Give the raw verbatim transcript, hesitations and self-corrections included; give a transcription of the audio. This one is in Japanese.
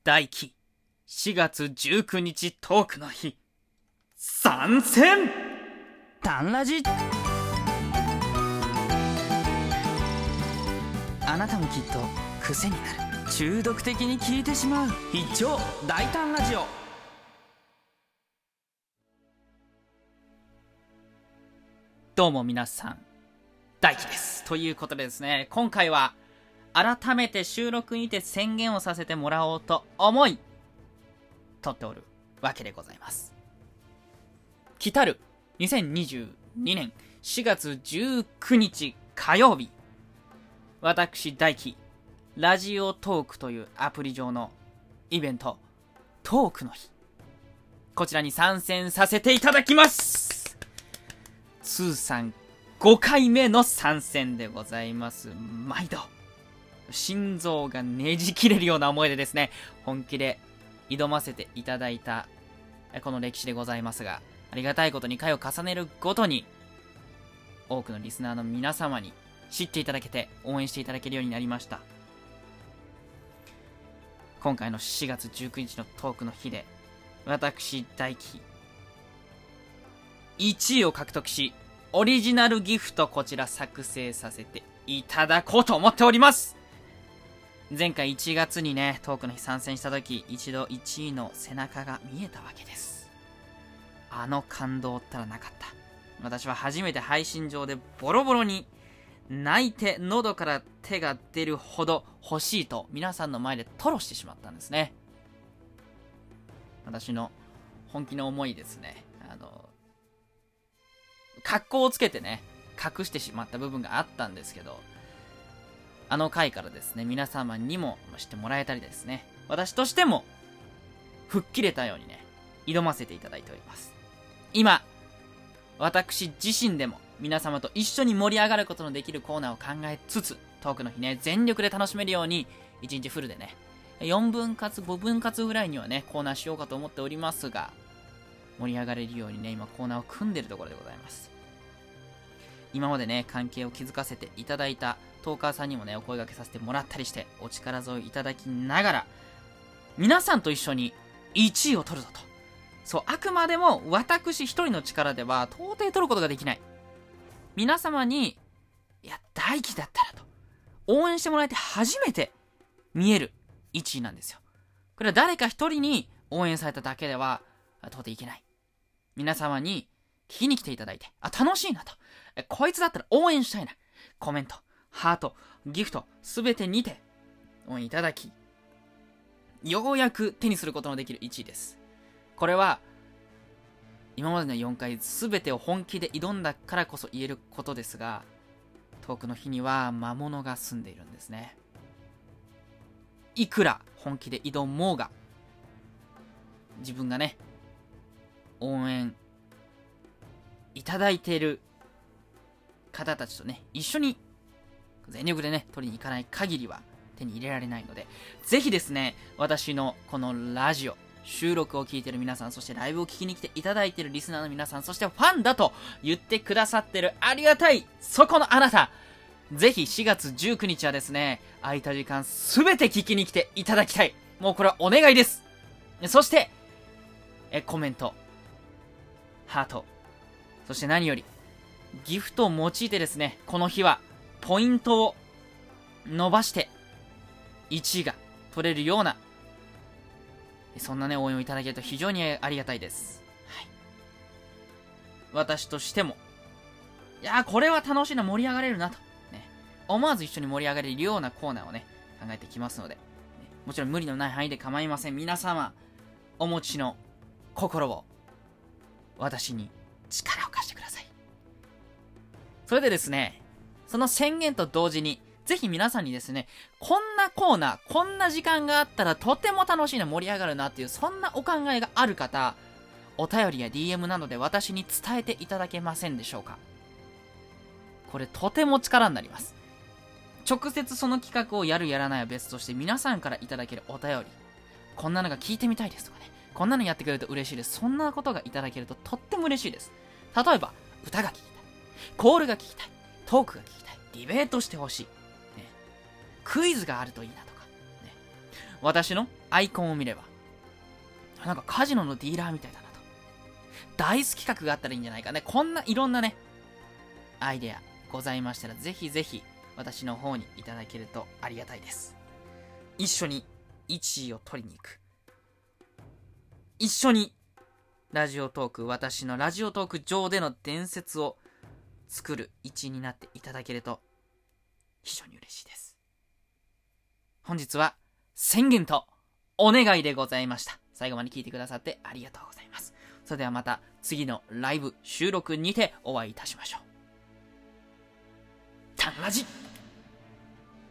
大輝しがつじゅうくにちトークの日参戦タンラジ。あなたもきっと癖になる、中毒的に聞いてしまう一丁大胆ラジオ。 どうも皆さん、大輝です。ということでですね、今回は改めて収録にて宣言をさせてもらおうと思い撮っておるわけでございます。来たるにせんにじゅうにねんしがつじゅうくにち火曜日、私大輝ラジオトークというアプリ上のイベントトークの日、こちらに参戦させていただきます。通算ごかいめの参戦でございます。毎度心臓がねじ切れるような思いでですね、本気で挑ませていただいたこの歴史でございますが、ありがたいことに回を重ねるごとに多くのリスナーの皆様に知っていただけて応援していただけるようになりました。今回のしがつじゅうくにちのトークの日で私大輝いちいを獲得し、オリジナルギフトこちら作成させていただこうと思っております。前回いちがつにね、トークの日参戦した時、一度いちいの背中が見えたわけです。あの感動ったらなかった。私は初めて配信上でボロボロに泣いて喉から手が出るほど欲しいと皆さんの前で吐露してしまったんですね。私の本気の思いですね、あの格好をつけてね隠してしまった部分があったんですけど、あの回からですね、皆様にも知ってもらえたりですね、私としても吹っ切れたようにね挑ませていただいております。今私自身でも皆様と一緒に盛り上がることのできるコーナーを考えつつ、トークの日ね全力で楽しめるようにいちにちフルでねよんぶん割ごぶん割ぐらいにはねコーナーしようかと思っておりますが、盛り上がれるようにね今コーナーを組んでるところでございます。今までね関係を築かせていただいたトーカーさんにもねお声掛けさせてもらったりしてお力添えいただきながら、皆さんと一緒にいちいを取るぞと。そう、あくまでも私一人の力では到底取ることができない。皆様にいや大輝だったらと応援してもらえて初めて見えるいちいなんですよ。これは誰か一人に応援されただけでは到底いけない。皆様に聞きに来ていただいて、あ、楽しいなと、こいつだったら応援したいな、コメント、ハート、ギフトすべてにて応援いただき、ようやく手にすることのできるいちいです。これは今までのよんかいすべてを本気で挑んだからこそ言えることですが、トークの日には魔物が住んでいるんですね。いくら本気で挑もうが、自分がね応援いただいている方たちとね一緒に全力でね取りに行かない限りは手に入れられないので、ぜひですね私のこのラジオ収録を聞いている皆さん、そしてライブを聞きに来ていただいているリスナーの皆さん、そしてファンだと言ってくださってるありがたいそこのあなた、ぜひしがつじゅうくにちはですね空いた時間すべて聞きに来ていただきたい。もうこれはお願いです。そしてえコメント、ハート、そして何よりギフトを用いてですね、この日はポイントを伸ばしていちいが取れるような、そんなね応援をいただけると非常にありがたいです。はい、私としてもいやーこれは楽しいな、盛り上がれるなと、ね、思わず一緒に盛り上がれるようなコーナーをね考えてきますので、もちろん無理のない範囲で構いません。皆様お持ちの心を私に力を貸してください。それでですね、その宣言と同時にぜひ皆さんにですね、こんなコーナー、こんな時間があったらとても楽しいな、盛り上がるなっていう、そんなお考えがある方、お便りや ディーエム などで私に伝えていただけませんでしょうか。これとても力になります。直接その企画をやるやらないは別として、皆さんからいただけるお便り、こんなのが聞いてみたいですとかね、こんなのやってくれると嬉しいです、そんなことがいただけるととっても嬉しいです。例えば歌が聞きたい、コールが聞きたい、トークが聞きたい、ディベートしてほしい、ね、クイズがあるといいなとか、ね、 私のアイコンを見れば、なんかカジノのディーラーみたいだなと。ダイス企画があったらいいんじゃないかね。こんないろんなね、アイデアございましたら、ぜひぜひ私の方にいただけるとありがたいです。一緒にいちいを取りに行く。一緒にラジオトーク、私のラジオトーク上での伝説を作る一員になっていただけると非常に嬉しいです。本日は宣言とお願いでございました。最後まで聞いてくださってありがとうございます。それではまた次のライブ収録にてお会いいたしましょう。タンラジ。